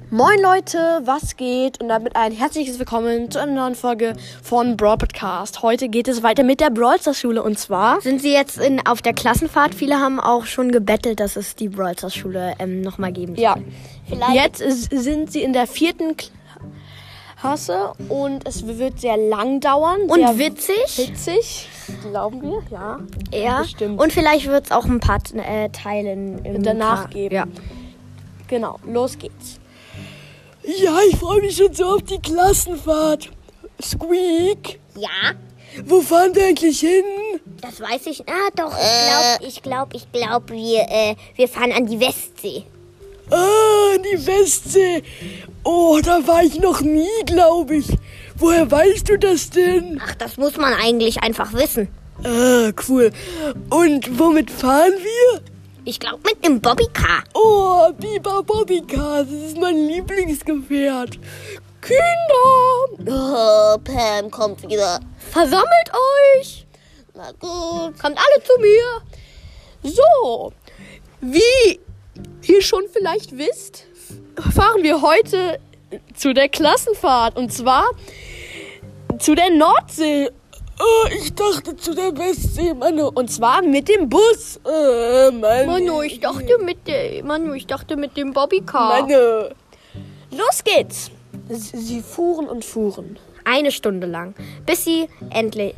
Moin Leute, was geht? Und damit ein herzliches Willkommen zu einer neuen Folge von Brawl Podcast. Heute geht es weiter mit der Brawl Stars Schule und zwar sind sie jetzt auf der Klassenfahrt. Viele haben auch schon gebettelt, dass es die Brawl Stars Schule nochmal geben soll. Ja, Vielleicht jetzt sind sie in der 4. Klasse und es wird sehr lang dauern. und sehr witzig. Glauben wir, ja. Ja. Bestimmt. Und vielleicht wird es auch ein paar Teile Danach Tag geben. Ja. Genau, los geht's. Ja, ich freue mich schon so auf die Klassenfahrt. Squeak, Ja, wo fahren wir eigentlich hin? das weiß ich. Doch, ich glaube, wir fahren an die Westsee. Ah, die Westsee. Oh, da war ich noch nie, glaube ich. Woher weißt du das denn? Ach, das muss man eigentlich einfach wissen. Ah, cool. Und womit fahren wir? Ich glaube, mit dem Bobbycar. Oh, Biber Bobbycar, das ist mein Lieblingsgefährt. Kinder! Oh, Pam kommt wieder. Versammelt euch! Na gut. Kommt alle zu mir! So, wie ihr schon vielleicht wisst, fahren wir heute zu der Klassenfahrt und zwar zu der Nordsee. Oh, ich dachte zu der Westsee, Manu. Und zwar mit dem Bus. Manu, ich dachte mit dem Bobbycar. Manu. Los geht's! Sie fuhren und fuhren. 1 Stunde lang. Bis sie endlich.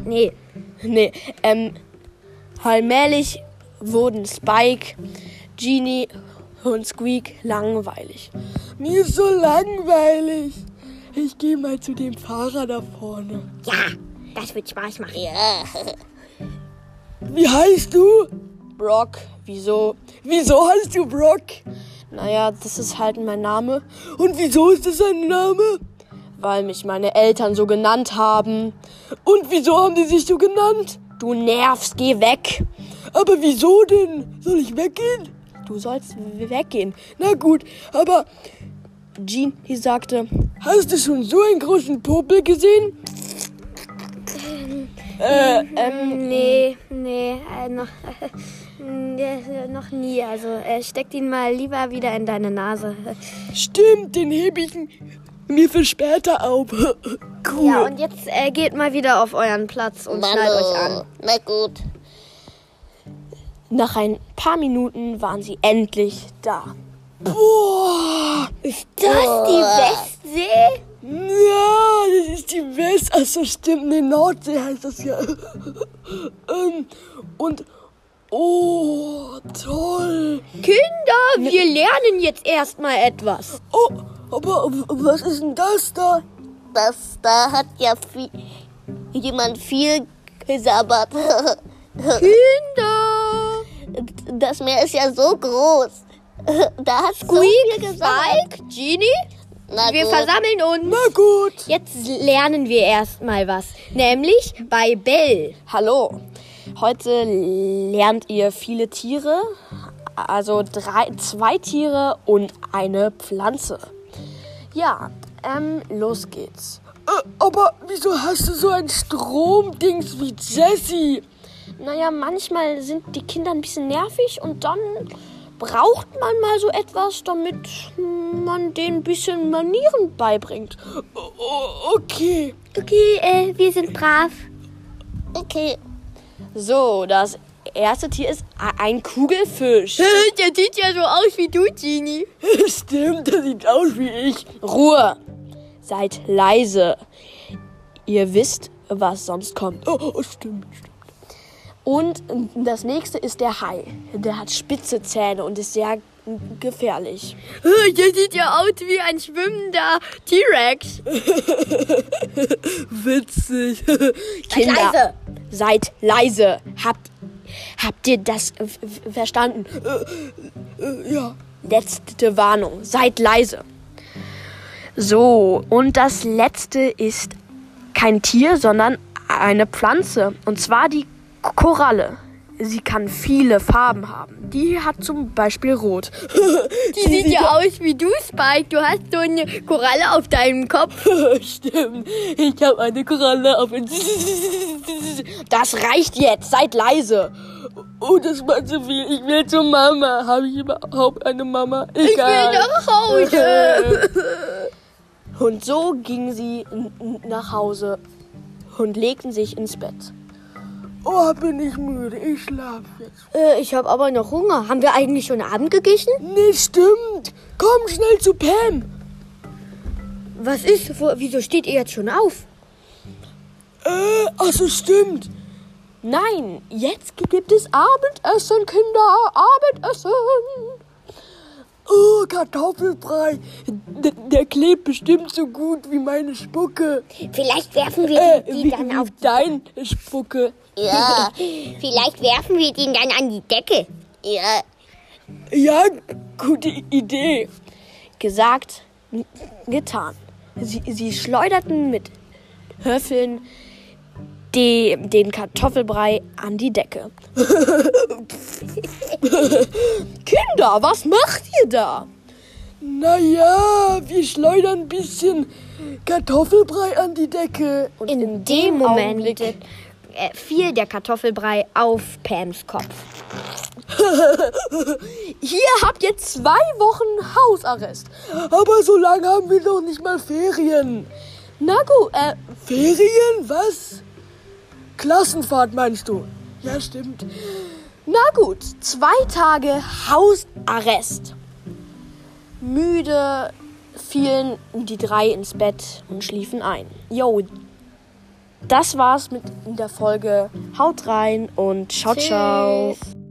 Allmählich wurden Spike, Genie und Squeak langweilig. Mir ist so langweilig. Ich gehe mal zu dem Fahrer da vorne. Ja, das wird Spaß machen. Ja. Wie heißt du? Brock, wieso? Wieso heißt du Brock? Naja, das ist halt mein Name, Und wieso ist das ein Name? weil mich meine Eltern so genannt haben. Und wieso haben die sich so genannt? Du nervst, geh weg. Aber wieso denn? Soll ich weggehen? Du sollst weggehen. Na gut, aber Genie sagte, hast du schon so einen großen Popel gesehen? Noch nie. Also steckt ihn mal lieber wieder in deine Nase. Stimmt, den hebe ich mir für später auf. Cool. Ja, und jetzt geht mal wieder auf euren Platz und schnallt euch an. Na gut. nach ein paar Minuten waren sie endlich da. Boah. Ist das die Westsee? Ja, das ist die West. Achso, stimmt. Nee, Nordsee heißt das ja. Und, oh, toll. Kinder, wir lernen jetzt erstmal etwas. Oh, aber was ist denn das da? Da hat ja jemand viel gesabbert. Kinder! Das Meer ist ja so groß. Da hat so viel gesabbert. Spike, Genie, Na wir gut. versammeln uns. Na gut. Jetzt lernen wir erstmal was. Nämlich bei Bell. Hallo, heute lernt ihr viele Tiere, also 2 Tiere und eine Pflanze. Ja, los geht's. Aber wieso hast du so ein Stromdings wie Jessie? Naja, manchmal sind die Kinder ein bisschen nervig und dann braucht man mal so etwas, damit man denen ein bisschen Manieren beibringt. Okay. Okay, wir sind brav. Okay. So, das erste Tier ist ein Kugelfisch. Der sieht ja so aus wie du, Genie. Stimmt, das sieht aus wie ich. Ruhe! Seid leise. Ihr wisst, was sonst kommt. Oh, stimmt. Und das nächste ist der Hai. Der hat spitze Zähne und ist sehr gefährlich. Der sieht ja aus wie ein schwimmender T-Rex. Witzig. Kinder, seid leise. Habt ihr das verstanden? Ja. Letzte Warnung. Seid leise. So, und das letzte ist kein Tier, sondern eine Pflanze. Und zwar die Koralle. sie kann viele Farben haben. Die hat zum Beispiel Rot. Die sieht ja aus wie du, Spike. Du hast so eine Koralle auf deinem Kopf. Stimmt, ich habe eine Koralle auf den... Das reicht jetzt, seid leise. Oh, das war zu viel. Ich will zur Mama. Habe ich überhaupt eine Mama? Egal. Ich will nach Hause. Und so gingen sie nach Hause und legten sich ins Bett. Oh, bin ich müde. Ich schlafe jetzt. Ich habe aber noch Hunger. Haben wir eigentlich schon Abend gegessen? Nee, stimmt. Komm schnell zu Pam. Was ist? Wieso steht ihr jetzt schon auf? Ach so, stimmt. Nein, jetzt gibt es Abendessen, Kinder. Abendessen. Oh, Kartoffelbrei. Der klebt bestimmt so gut wie meine Spucke. Vielleicht werfen wir die Wie dann auf... dein Spucke. Ja. Vielleicht werfen wir den dann an die Decke. Ja. Ja, gute Idee. Gesagt, getan. Sie schleuderten mit Höffeln den Kartoffelbrei an die Decke. Kinder, was macht ihr da? Naja, wir schleudern ein bisschen Kartoffelbrei an die Decke. Und In dem Moment Augenblick fiel der Kartoffelbrei auf Pams Kopf. Hier habt ihr 2 Wochen Hausarrest. Aber so lange haben wir doch nicht mal Ferien. Na gut, Ferien? Was? Klassenfahrt meinst du? Ja, stimmt. na gut. 2 Tage Hausarrest. Müde fielen die 3 ins Bett und schliefen ein. Jo, das war's mit der Folge. Haut rein und ciao, ciao.